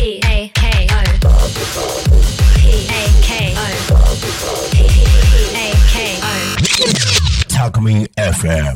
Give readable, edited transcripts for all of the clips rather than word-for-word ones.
タコミン FM。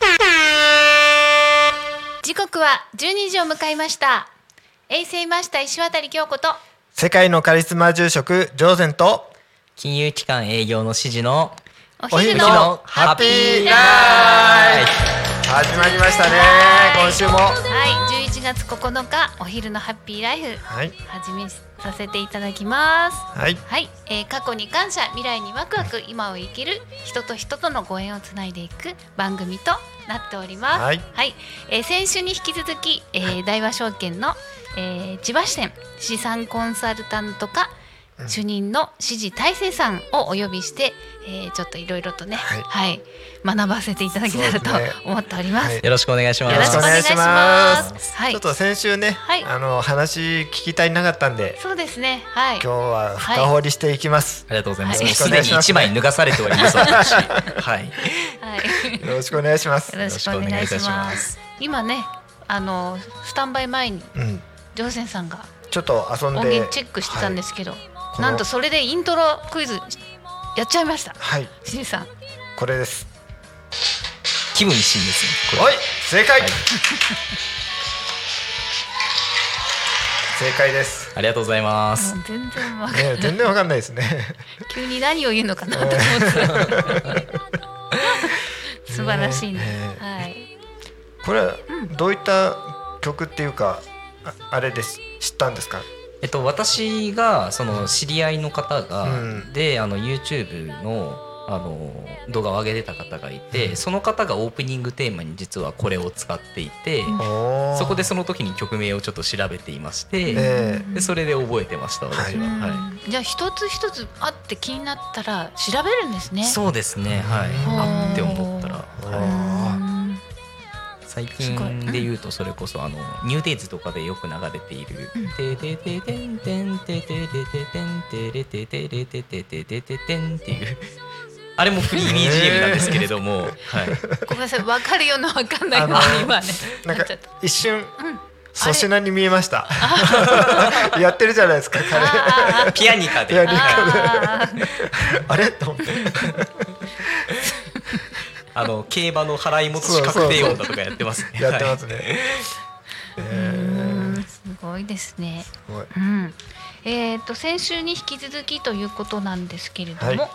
時刻は12時を迎えました。衛星マスター石渡京子と世界のカリスマ住職ジョーゼンと金融機関営業の指示のお昼のハッピーライフ始まりましたね。今週もはい11月9日お昼のハッピーライフ、 はい、 始めさせていただきます。 はい、 はい、過去に感謝、未来にワクワク、今を生きる人と人とのご縁をつないでいく番組となっております。 はい、 はい、先週に引き続き、大和証券の、千葉支店資産コンサルタント課主任の指示大成さんをお呼びして、ちょっといろいろとね、 はいはい、学ばせていただけたらと思っております。 はい、 よろしくお願いします。 よろしくお願いします。はい、 ちょっと先週ね、 はい、 話聞きたいなかったんで、 そうですね、はい、 今日は深掘りしていきます。 ありがとうございます。 はいもうすでに1枚脱がされております私はい、 はい、 よろしくお願いします。 よろしくお願いします。今ね、スタンバイ前に、ジョーセンさんがちょっと遊んで音源チェックしてたんですけど、なんとそれでイントロクイズやっちゃいました。 はい、 しんさん、 これです。 気分一新ですね。 はい、正解、 はい、 正解です。 ありがとうございます。 全然わかんない、 ね、全然わかんないですね急に何を言うのかなと思って素晴らしいね、はい、 これはどういった曲っていうか、あれです知ったんですか？ 私がその知り合いの方が、でYouTube の動画を上げてた方がいて、その方がオープニングテーマに実はこれを使っていて、そこでその時に曲名をちょっと調べていまして、でそれで覚えてました私は。はい、 じゃあ一つ一つあって気になったら調べるんですね。 そうですね、はい、あって思ったら、最近で言うとそれこそニューデイズとかでよく流れているテテテテンテンテテテテテンテレテテレテテテテテテンっていうあれもフリー BGM なんですけれども、はい、 ごめんなさい、分かるような分かんないのに今ねなんか一瞬粗品に見えましたやってるじゃないですか彼ピアニカであれと思って競馬の払い戻し確定音だとかやってますね。 やってますね。 すごいですね。先週に引き続きということなんですけれども、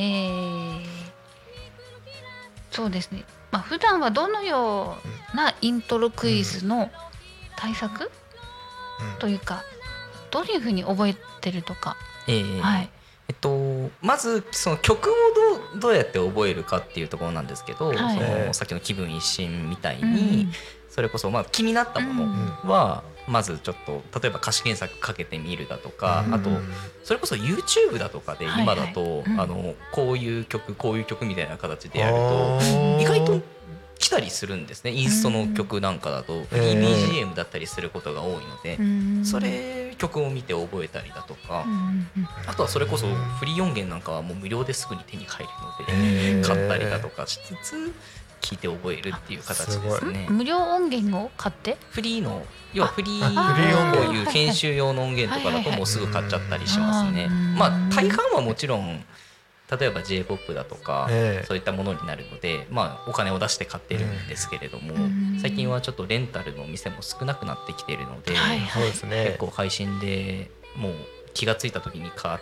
そうですね、普段はどのようなイントロクイズの対策、というかどういうふうに覚えてるとか、はい、 まずその曲をどうやって覚えるかっていうところなんですけど、そのさっきの気分一新みたいに、それこそ気になったものはまずちょっと例えば歌詞検索かけてみるだとか、あとそれこそ YouTube だとかで今だとこういう曲みたいな形でやると意外と来たりするんですね。インストの曲なんかだとフリー BGM だったりすることが多いので、それ曲を見て覚えたりだとか、あとはそれこそフリー音源なんかはもう無料ですぐに手に入るので買ったりだとかしつつ聞いて覚えるっていう形ですね。 無料音源を買ってフリーの要はフリーこういう編集用の音源とかだともうすぐ買っちゃったりしますね。大半はもちろん例えば J-POP だとか、そういったものになるので、お金を出して買ってるんですけれども、最近はちょっとレンタルの店も少なくなってきているので、結構配信でもう気がついた時に買って、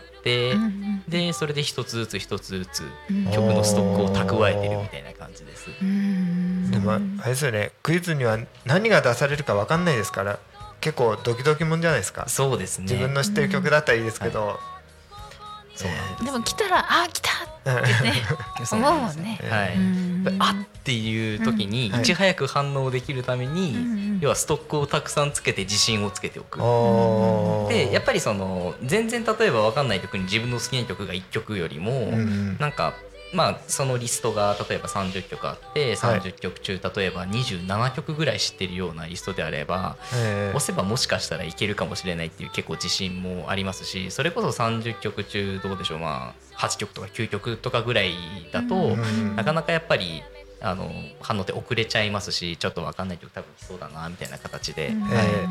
でそれで一つずつ曲のストックを蓄えてるみたいな感じです。 でもあれですよね、クイズには何が出されるか分かんないですから結構ドキドキもんじゃないですか。 そうですね、 自分の知ってる曲だったらいいですけど、 でも来たら来たってね思うもんね。 っていう時にいち早く反応できるために、要はストックをたくさんつけて自信をつけておく。でやっぱりその全然例えば分かんない曲に自分の好きな曲が1曲よりも、なんかそのリストが例えば30曲あって30曲中例えば27曲ぐらい知ってるようなリストであれば、押せばもしかしたらいけるかもしれないっていう結構自信もありますし、それこそ30曲中どうでしょう、8曲とか9曲とかぐらいだと、なかなかやっぱり反応って遅れちゃいますし、ちょっと分かんない曲多分来そうだなみたいな形で、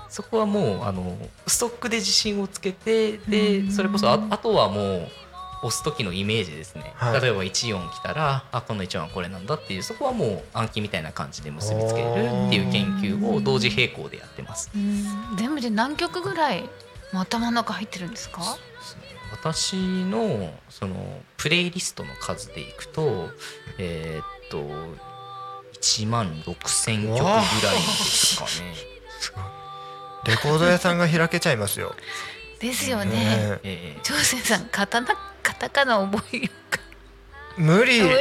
そこはもうストックで自信をつけて、でそれこそあとはもう押す時のイメージですね、はい、例えば1音来たらこの1音はこれなんだっていう、そこはもう暗記みたいな感じで結びつけるっていう研究を同時並行でやってます。 全部で何曲ぐらい頭の中入ってるんですか？ 私のそのプレイリストの数でいくと1万6000曲ぐらいですかね。 すごい。レコード屋さんが開けちゃいますよ。 ですよね。長生さんカタカナ覚えようか。 無理。はい 、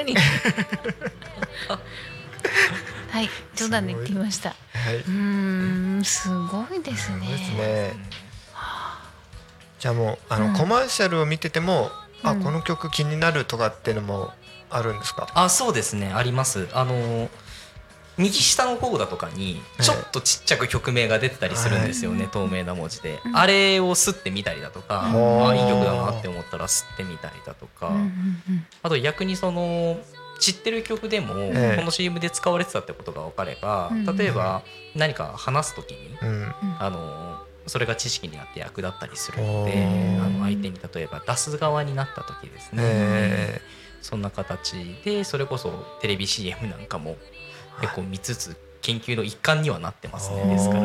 冗談で言ってみました。はい、すごいですね。 ですね。じゃあもうコマーシャルを見てても、この曲気になるとかっていうのもあるんですか？ そうですね、あります。右下のコーダとかにちょっとちっちゃく曲名が出てたりするんですよね、透明な文字で。あれを吸ってみたりだとか、いい曲だなって思ったら吸ってみたりだとか、あと逆にその知ってる曲でもこの CM で使われてたってことが分かれば、例えば何か話す時にそれが知識になって役立ったりするので、相手に例えば出す側になった時ですね、そんな形でそれこそテレビ CM なんかも結構見つつ研究の一環にはなってますね。ですから、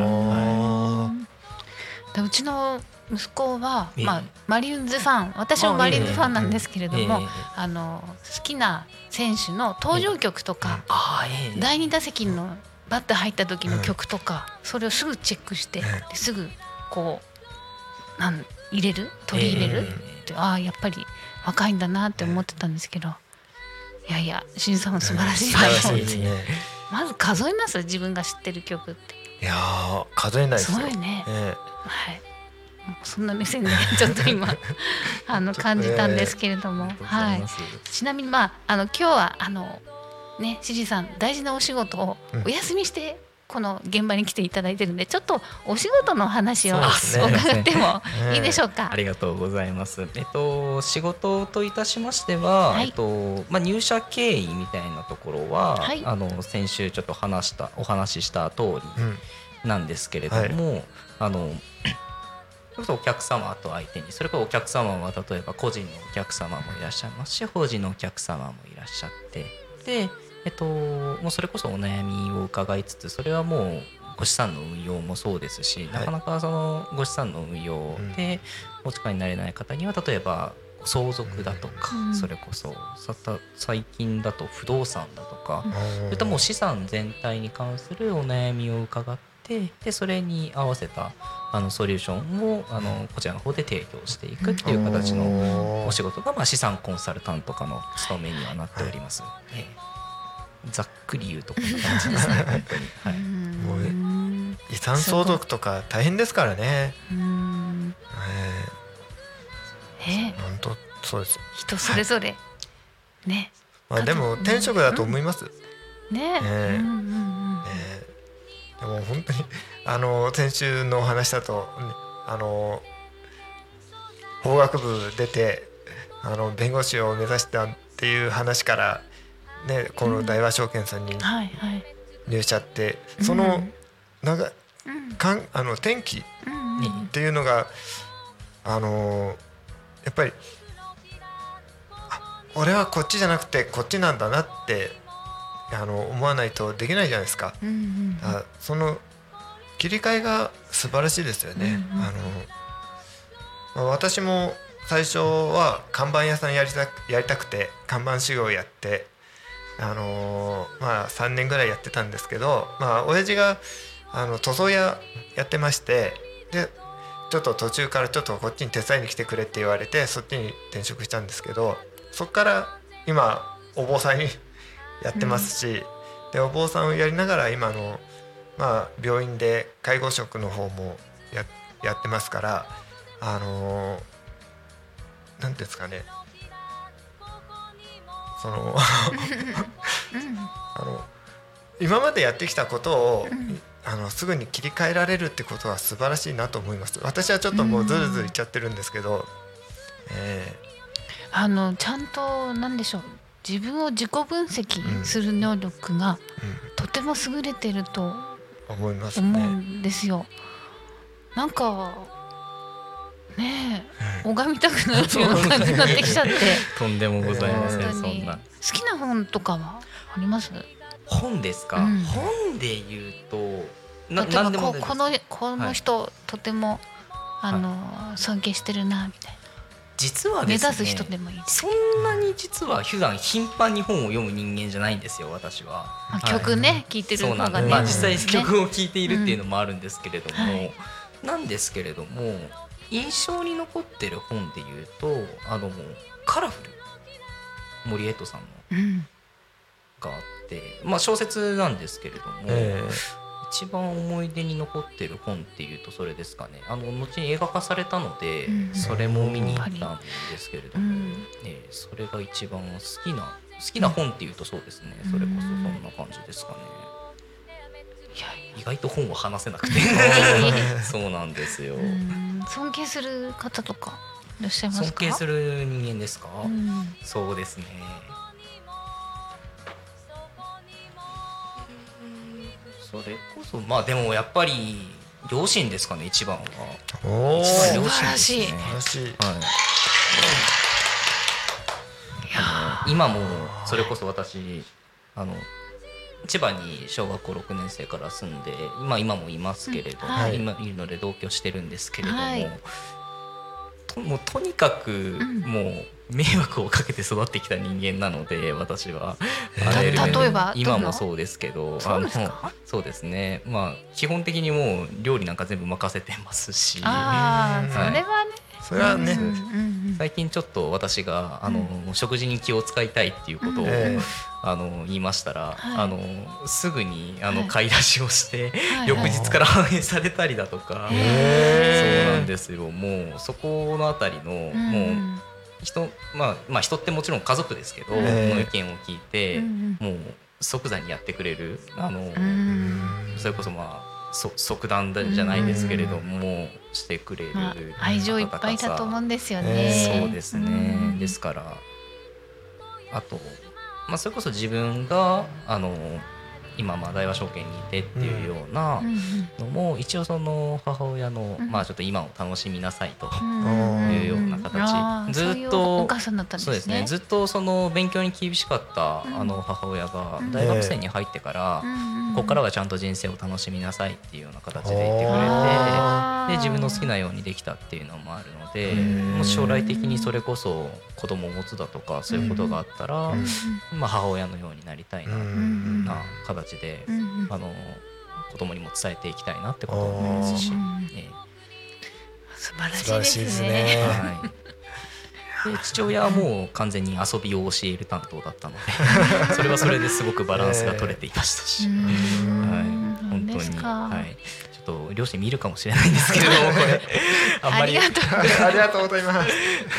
うちの息子は、マリーンズファン、私もマリーンズファンなんですけれども、好きな選手の登場曲とか、第2打席のバット入った時の曲とか、それをすぐチェックしてすぐこう取り入れるって、やっぱり若いんだなって思ってたんですけど、いやしんさんも素晴らしいなと思って、まず数えます？自分が知ってる曲って。 いや数えないですよ。 すごいね。はい。そんな目線でちょっと今感じたんですけれども、はい。ちなみに今日はしじさん大事なお仕事をお休みしてこの現場に来ていただいてるんで、ちょっとお仕事の話を伺ってもいいでしょうか？ ありがとうございます。仕事といたしましては、入社経緯みたいなところは、先週ちょっとお話しした通りなんですけれども、お客様と相手に、それからお客様は例えば個人のお客様もいらっしゃいますし、法人のお客様もいらっしゃって、でもうそれこそお悩みを伺いつつ、それはもうご資産の運用もそうですし、なかなかそのご資産の運用でお力になれない方には、例えば相続だとか、それこそ最近だと不動産だとか、そういったもう資産全体に関するお悩みを伺って、でそれに合わせたソリューションをこちらの方で提供していくっていう形のお仕事が、資産コンサルタント課の務めにはなっております。ざっくり言うとこんな感じですね。本当に、はい、 もう遺産相続とか大変ですからね。本当そうです。 人それぞれ、ね。 でも転職だと思います。 ね。 でも本当に先週のお話だと、法学部出て弁護士を目指したっていう話から。この大和証券さんに入社って、その転機っていうのがやっぱり俺はこっちじゃなくてこっちなんだなって思わないとできないじゃないですか。その切り替えが素晴らしいですよね。私も最初は看板屋さんやりたくて看板修行をやって、3年ぐらいやってたんですけど、親父が塗装屋やってまして、でちょっと途中からちょっとこっちに手伝いに来てくれって言われて、そっちに転職したんですけど、そこから今お坊さんにやってますし、でお坊さんをやりながら今の、病院で介護職の方もやってますから、なんていうんですかね、今までやってきたことをすぐに切り替えられるってことは素晴らしいなと思います。私はちょっともうずるずるいっちゃってるんですけど、 ちゃんと何でしょう、自分を自己分析する能力がとても優れてると思うんですよ。 なんかねえ、拝みたくなるような感じになってきちゃって。 とんでもございません。そんな。好きな本とかはあります？ 本ですか？本で言うと、 例えばこの人とても尊敬してるなみたいな。 実はですね、 目指す人でもいいです。 そんなに実は普段頻繁に本を読む人間じゃないんですよ、私は。 曲ね、聴いてる方がね。 まあ実際曲を聴いているっていうのもあるんですけれども、なんですけれども、印象に残ってる本でいうとカラフル、森江戸さんのがあって、まあ小説なんですけれども、一番思い出に残ってる本っていうとそれですかね。後に映画化されたので、それも見に行ったんですけれども、それが一番好きな本っていうとそうですね。それこそそんな感じですかね。意外と本は話せなくてそうなんですよ。 尊敬する方とかいらっしゃいますか？ 尊敬する人間ですか？そうですね。それこそまあでもやっぱり両親ですかね、一番は。 一番両親ですね。 今もそれこそ私千葉に小学校6年生から住んで、今もいますけれど、今いるので同居してるんですけれども、もうとにかくもう迷惑をかけて育ってきた人間なので、私は例えば今もそうですけど、そうですね、まあ基本的にもう料理なんか全部任せてますし、 それはね、 それはね、 最近ちょっと私が食事に気を使いたいっていうことを言いましたら、すぐに買い出しをして翌日から反映されたりだとか、そうなんですよ。もうそこのあたりのもう人ってもちろん家族ですけどの意見を聞いてもう即座にやってくれる、それこそ即断じゃないですけれどもしてくれる、 愛情いっぱいだと思うんですよね。 そうですね。ですからあとそれこそ自分が今大和証券にいてっていうようなのも一応その母親のちょっと今を楽しみなさいというような形、ずっとそうですね、ずっとその勉強に厳しかった母親が大学生に入ってからここからはちゃんと人生を楽しみなさいっていうような形で言ってくれて、で自分の好きなようにできたっていうのもあるので、もし将来的にそれこそ子供を持つだとかそういうことがあったら母親のようになりたいな形で子供にも伝えていきたいなってことを思いますし、 素晴らしいですね。 で父親はもう完全に遊びを教える担当だったのでそれはそれですごくバランスが取れていましたし、本当に、ちょっと両親見るかもしれないんですけれども、これあんまりありがとうございます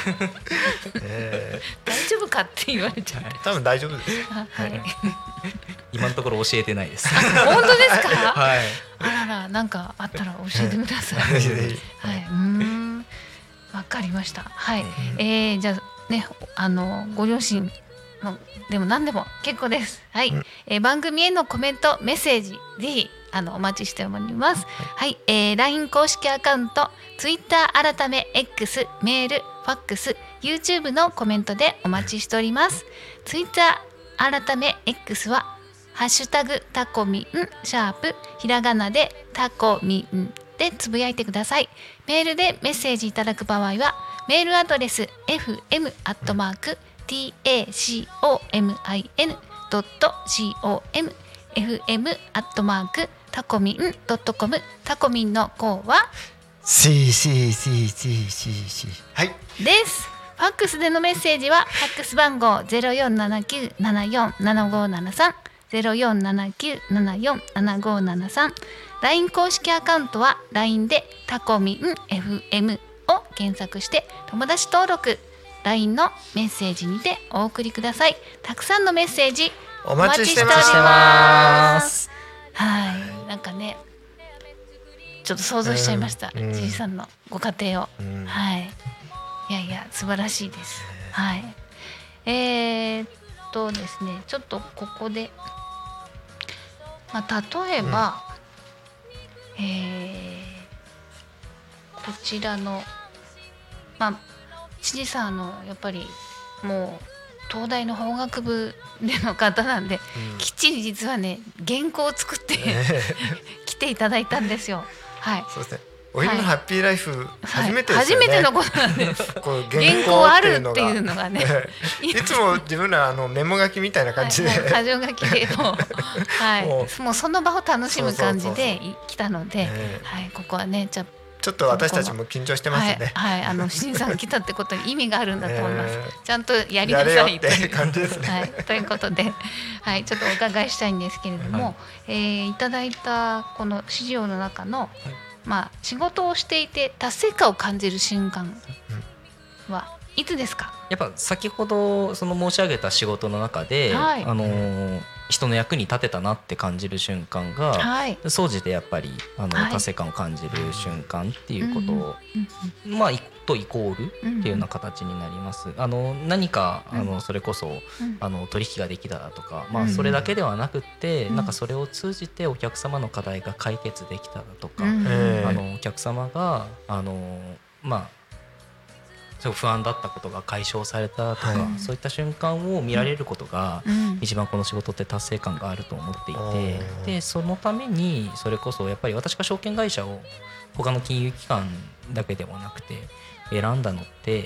大丈夫かって言われちゃう。 多分大丈夫です。 今のところ教えてないです。 本当ですか？ はい。 あらら、なんかあったら教えてください。はい、わかりました。はい。じゃあね、ご両親のでも何でも結構です。はい。番組へのコメント、メッセージぜひお待ちしております。はい。LINE 公式アカウント、Twitter 改め X、メール、ファックス、YouTube のコメントでお待ちしております。Twitter 改め X はハッシュタグタコミン#ひらがなでタコミンでつぶやいてください。メールでメッセージいただく場合はメールアドレス fm@tacomin.com fm@tacomin.com タコミンの項は CCCCCC はいです。ファックスでのメッセージはファックス番号 0479747573 0479747573 LINE 公式アカウントは LINE でタコミン FM を検索して友達登録 LINE のメッセージにてお送りください。たくさんのメッセージお待ちしてます。 はい、なんかねちょっと想像しちゃいました、じいさんのご家庭を、はい、いや素晴らしいです。はいですね、ちょっとここで、例えば、 こちらの知事さんやっぱりもう東大の法学部での方なんで、きっちり実はね原稿を作って来ていただいたんですよ。はい。 そうですね。お昼のハッピーライフ初めてですよね。 初めてのことなんです。 こう原稿あるっていうのがね。 いつも自分らメモ書きみたいな感じで、 箇条書きでもうその場を楽しむ感じで来たので、ここはねちょっと私たちも緊張してますね。 新さん来たってことに意味があるんだと思います。ちゃんとやりなさいって感じですね。 ということで、ちょっとお伺いしたいんですけれども、いただいたこの資料の中の、仕事をしていて達成感を感じる瞬間はいつですか？ やっぱ先ほどその申し上げた仕事の中で、人の役に立てたなって感じる瞬間が、総じてやっぱり達成感を感じる瞬間っていうことを、とイコールっていうような形になります。何かそれこそ取引ができただとか、それだけではなくって、なんかそれを通じてお客様の課題が解決できただとか、お客様がすごく不安だったことが解消されたとか、そういった瞬間を見られることが一番この仕事って達成感があると思っていて、でそのためにそれこそやっぱり私が証券会社を他の金融機関だけでもなくて選んだのって、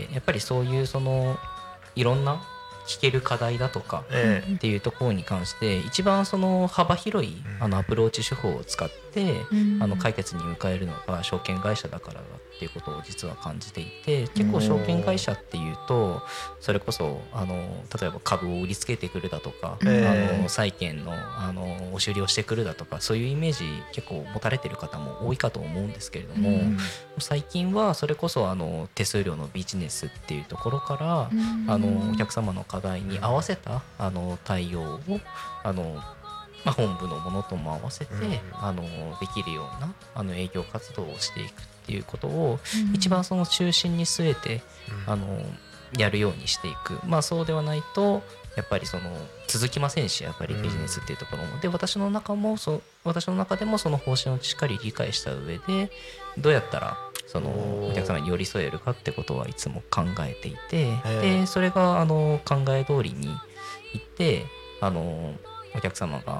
やっぱりそういういろんな聞ける課題だとかっていうところに関して一番幅広いアプローチ手法を使って解決に向かえるのが証券会社だからだっていうことを実は感じていて、結構証券会社っていうとそれこそ例えば株を売りつけてくるだとか債券の押し売りをしてくるだとか、そういうイメージ結構持たれてる方も多いかと思うんですけれども、最近はそれこそ手数料のビジネスっていうところからお客様の課題に合わせた対応を本部のものとも合わせてできるような営業活動をしていくっていうことを一番中心に据えてやるようにしていく。そうではないとやっぱり続きませんし、やっぱりビジネスっていうところもで私の中でもその方針をしっかり理解した上でどうやったらお客様に寄り添えるかってことはいつも考えていて、でそれが考え通りにいってお客様が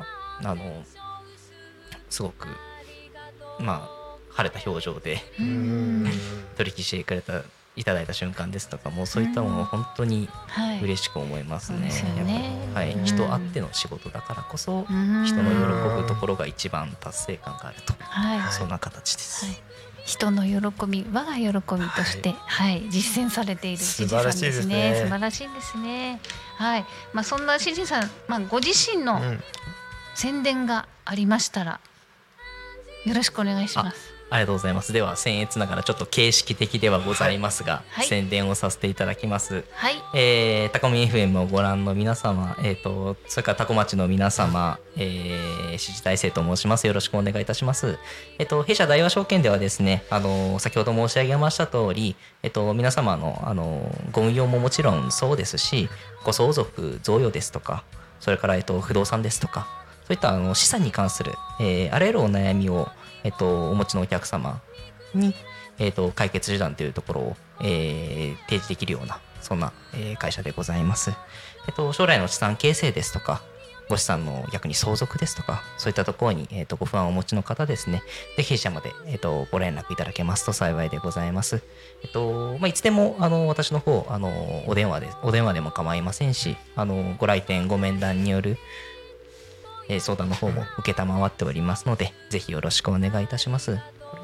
すごく晴れた表情で取引していただいた瞬間ですとかもそういったものを本当に嬉しく思いますね。人あっての仕事だからこそ人の喜ぶところが一番達成感があると、そんな形です。 人の喜び我が喜びとして、実践されている知事さんですね。素晴らしいですね。そんな知事さん、ご自身の宣伝がありましたらよろしくお願いします。 ありがとうございます。では僭越ながらちょっと形式的ではございますが、宣伝をさせていただきます。タコミ FM をご覧の皆様、それからタコ町の皆様、支持大成と申します。よろしくお願いいたします。弊社大和証券ではですね、先ほど申し上げました通り、皆様のご運用ももちろんそうですし、ご相続贈与ですとか、それから不動産ですとか、そういった資産に関する、あらゆるお悩みをお持ちのお客様に、解決手段というところを、提示できるようなそんな、会社でございます。将来の資産形成ですとかご資産の逆に相続ですとかそういったところに、ご不安をお持ちの方ですね、ぜひ弊社まで、ご連絡いただけますと幸いでございます。いつでも私の方お電話でも構いませんしご来店ご面談による相談の方も承っておりますので、ぜひよろしくお願いいたします。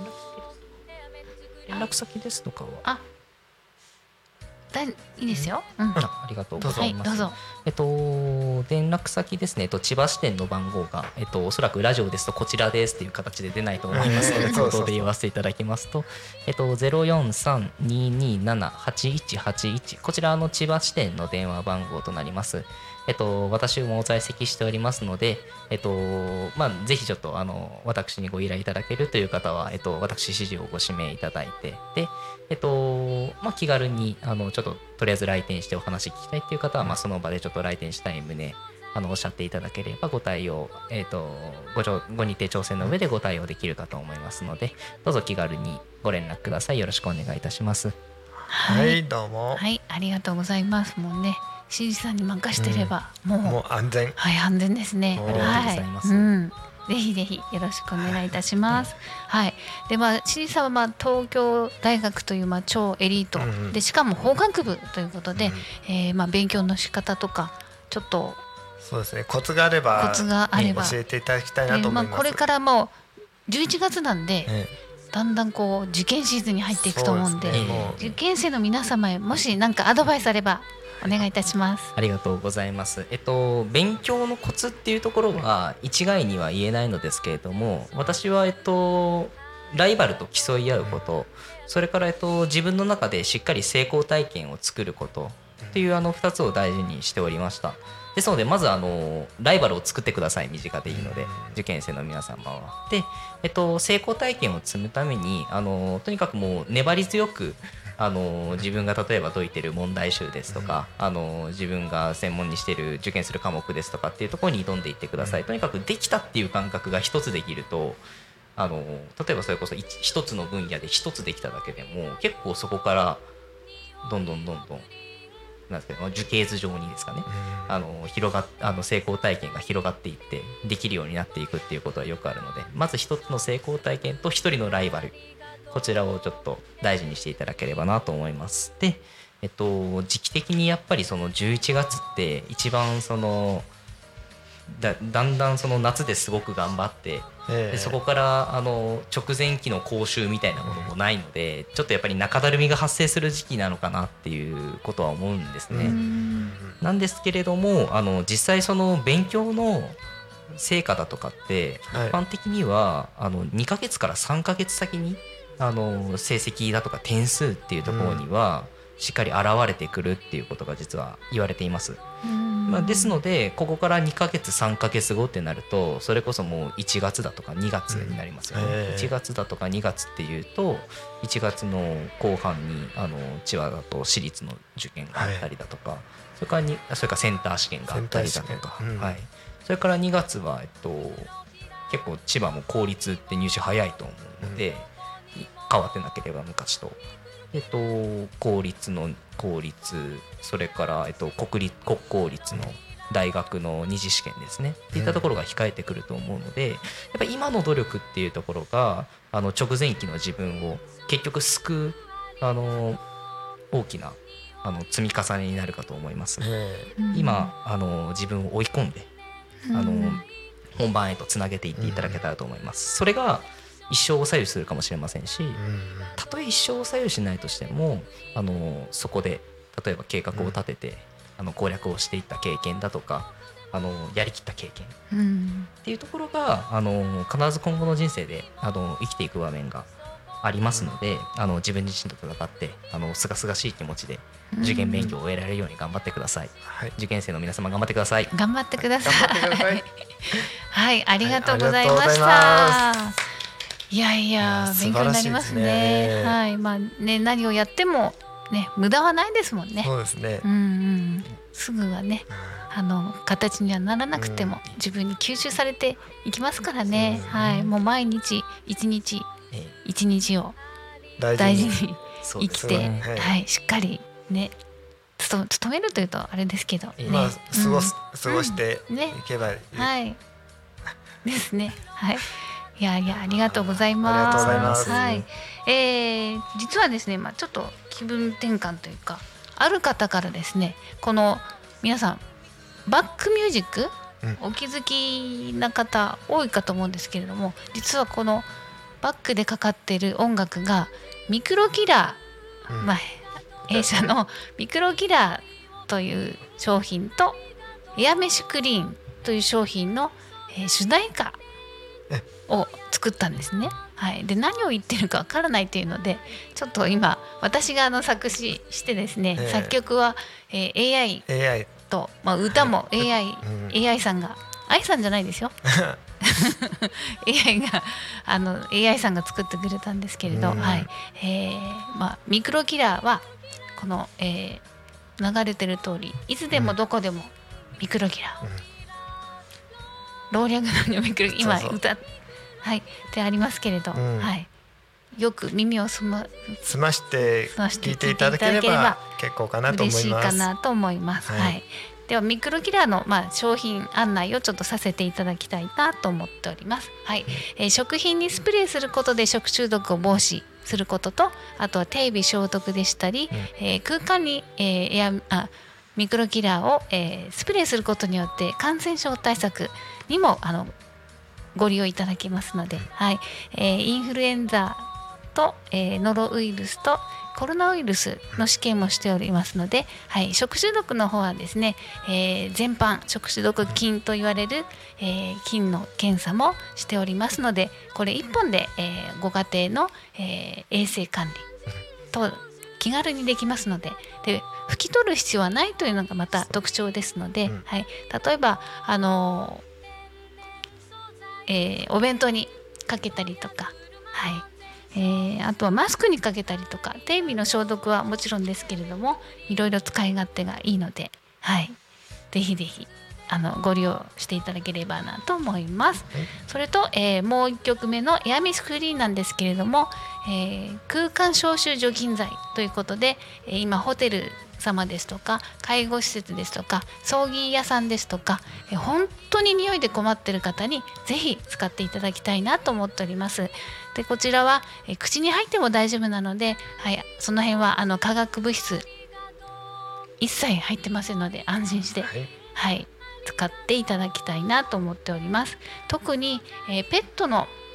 連絡先ですとかは？ いいですよ。 ありがとうございます。 どうぞ。 連絡先ですね。千葉支店の番号がおそらくラジオですとこちらですっていう形で出ないと思いますので、口頭で言わせていただきますと、043-227-8181こちら千葉支店の電話番号となります。私も在籍しておりますので、ぜひちょっと私にご依頼いただけるという方は、私指示をご指名いただいて、で、気軽にちょっととりあえず来店してお話聞きたいっていう方は、その場でちょっと来店したい旨おっしゃっていただければご対応、ご日程調整の上でご対応できるかと思いますので、どうぞ気軽にご連絡ください。よろしくお願いいたします。 はい、どうも。 はい、ありがとうございます。もうね、新次さんに任してれば、もう安全。 はい、安全ですね。 ありがとうございます。 ぜひぜひよろしくお願いいたします。はい。で、新次さんは東京大学という超エリートで、しかも法学部ということで、勉強の仕方とかちょっとそうですね、コツがあれば教えていただきたいなと思います。 これからもう11月なんで、だんだん受験シーズンに入っていくと思うんで、受験生の皆様へもし何かアドバイスあればお願いいたします。 ありがとうございます。勉強のコツっていうところは一概には言えないのですけれども、私はライバルと競い合うこと、それから自分の中でしっかり成功体験を作ることっていう2つを大事にしておりました。ですのでまずライバルを作ってください、身近でいいので、受験生の皆様は。で、成功体験を積むためにとにかくもう粘り強く自分が例えば解いてる問題集ですとか、自分が専門にしている受験する科目ですとかっていうところに挑んでいってください。とにかくできたっていう感覚が一つできると、例えばそれこそ一つの分野で一つできただけでも結構そこからどんどんなんですけど樹形図上にですかね、成功体験が広がっていってできるようになっていくっていうことはよくあるので、まず一つの成功体験と一人のライバル、こちらをちょっと大事にしていただければなと思います。で、時期的にやっぱりその11月って一番だんだんその夏ですごく頑張って、でそこから直前期の講習みたいなものもないので、ちょっとやっぱり中だるみが発生する時期なのかなっていうことは思うんですね。なんですけれども実際その勉強の成果だとかって一般的には2ヶ月から3ヶ月先に成績だとか点数っていうところにはしっかり現れてくるっていうことが実は言われています。ですのでここから2ヶ月3ヶ月後ってなると、それこそもう1月だとか2月になりますよね。1月だとか2月っていうと1月の後半に千葉だと私立の受験があったりだとか、それからセンター試験があったりだとか、それから2月は結構千葉も公立って入試早いと思うので、変わってなければ昔と。公立、それから国公立の大学の二次試験ですねっていったところが控えてくると思うので、やっぱり今の努力っていうところが直前期の自分を結局救う大きな積み重ねになるかと思います。今自分を追い込んで本番へとつなげていっていただけたらと思います。それが一生を左右するかもしれませんし、たとえ一生を左右しないとしてもそこで例えば計画を立てて攻略をしていった経験だとかやりきった経験っていうところが必ず今後の人生で生きていく場面がありますので、自分自身と戦ってすがすがしい気持ちで受験勉強を終えられるように頑張ってください。受験生の皆様頑張ってください。 頑張ってください。はい、ありがとうございました。いやいや勉強になりますね。はい、何をやってもね無駄はないですもんね。 そうですね。 すぐはね形にはならなくても自分に吸収されていきますからね。はい、もう毎日一日を大事に生きて、はい、しっかりね努めるというとあれですけど、ね、 過ごしていけばいい、 はいですね。はい。いやありがとうございます。 ありがとうございます。 はい。実はですね、ちょっと気分転換というか、ある方からですね、この皆さんバックミュージック、お気づきな方多いかと思うんですけれども、実はこのバックでかかっている音楽がミクロキラー、弊社のミクロキラーという商品とエアメッシュクリーンという商品の、主題歌を作ったんですね。はい、で何を言ってるかわからないというので、ちょっと今私が作詞してですね、作曲は、AI と、歌も AI さんがAI さんじゃないですよAI さんが作ってくれたんですけれど、はい、ミクロキラーはこの、流れてる通りいつでもどこでもミクロキラー、 老若男女ミクロ今そうそう歌はいってありますけれど、はい、よく耳を澄まして聞いていただければ結構かなと思います。 嬉しいかなと思います。はい。ではミクロキラーの商品案内をちょっとさせていただきたいなと思っております。はい。食品にスプレーすることで食中毒を防止することと、あとは手指消毒でしたり、空間に、ミクロキラーを、スプレーすることによって感染症対策にもご利用いただけますので、はい。インフルエンザと、ノロウイルスとコロナウイルスの試験もしておりますので、はい、食中毒の方はですね、全般食中毒菌と言われる、菌の検査もしておりますので、これ1本で、ご家庭の、衛生管理と気軽にできますので、拭き取る必要はないというのがまた特徴ですので、はい、例えばお弁当にかけたりとか、はい、あとはマスクにかけたりとか、手指の消毒はもちろんですけれども、いろいろ使い勝手がいいので、はい、ぜひぜひご利用していただければなと思います。それと、もう1曲目のエアミスクリーンなんですけれども、空間消臭除菌剤ということで、今ホテル様ですとか介護施設ですとか葬儀屋さんですとか、本当に匂いで困っている方にぜひ使っていただきたいなと思っております。でこちらは、口に入っても大丈夫なので、はい、その辺は化学物質一切入ってませんので安心して、はい、使っていただきたいなと思っております。特に、ペット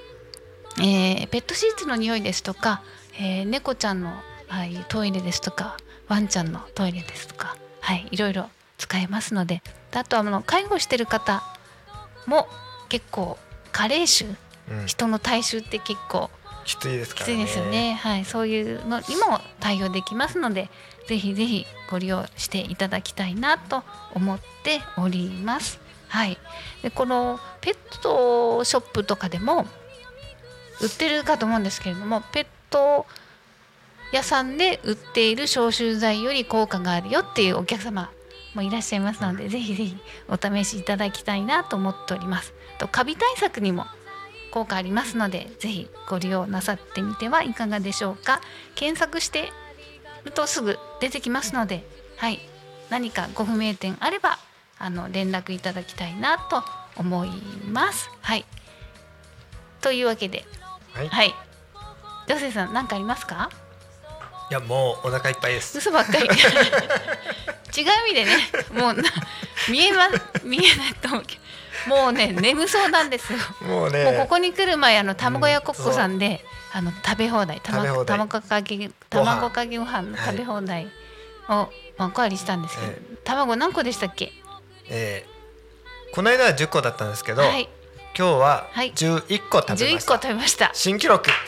シーツの匂いですとか、猫ちゃんの、はい、トイレですとかワンちゃんのトイレですとか、はい、いろいろ使えますので、あとは介護してる方も結構加齢臭、人の体臭って結構きついですからね。 きついですよね。はい、そういうのにも対応できますので、ぜひぜひご利用していただきたいなと思っております。はい。でこのペットショップとかでも売ってるかと思うんですけれども、ペット屋さんで売っている消臭剤より効果があるよっていうお客様もいらっしゃいますので、ぜひぜひお試しいただきたいなと思っております。とカビ対策にも効果ありますので、ぜひご利用なさってみてはいかがでしょうか。検索してるとすぐ出てきますので、はい、何かご不明点あれば連絡いただきたいなと思います。はい、というわけで、はい、ジョセさん何かありますか？ いや、もうお腹いっぱいです。 嘘ばっかり違う意味でね、もう見えないと思うけど、もうね眠そうなんですよ。もうここに来る前卵屋コッコさんで、食べ放題卵かけご飯の食べ放題をおかわりしたんですけど、卵何個でしたっけ？ この間は10個だったんですけど、今日は11個食べました。 11個食べました。 新記録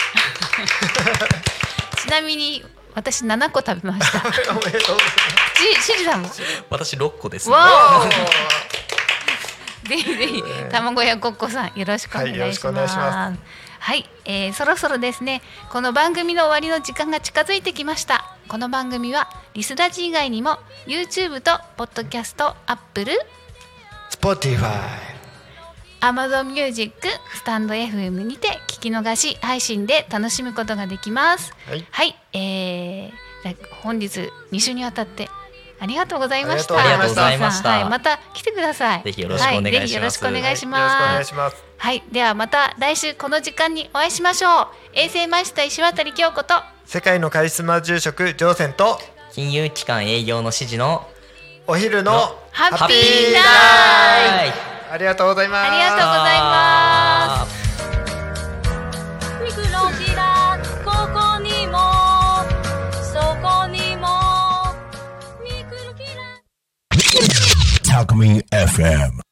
ちなみに私7個食べました。 おめでとうございます。 しりさんも？ 私6個ですね。 ぜひぜひ卵屋コッコさんよろしくお願いします。はい、そろそろですね、この番組の終わりの時間が近づいてきました。この番組はリスラジ以外にも YouTube とポッドキャスト、Apple、 Spotify、Amazon Music、スタンド FM にて聞き逃し配信で楽しむことができます。はい、本日2週にわたってありがとうございました。 ありがとうございました。 はい、また来てください。 ぜひよろしくお願いします。 ぜひよろしくお願いします。はい、ではまた来週この時間にお会いしましょう。衛生マイスター石渡京子と世界のカリスマ住職ジョーセンと金融機関営業の指示のお昼のハッピーナイト。 ありがとうございます。 ありがとうございます。 ミクロキラここにもそこにもミクロキラ Talk Me FM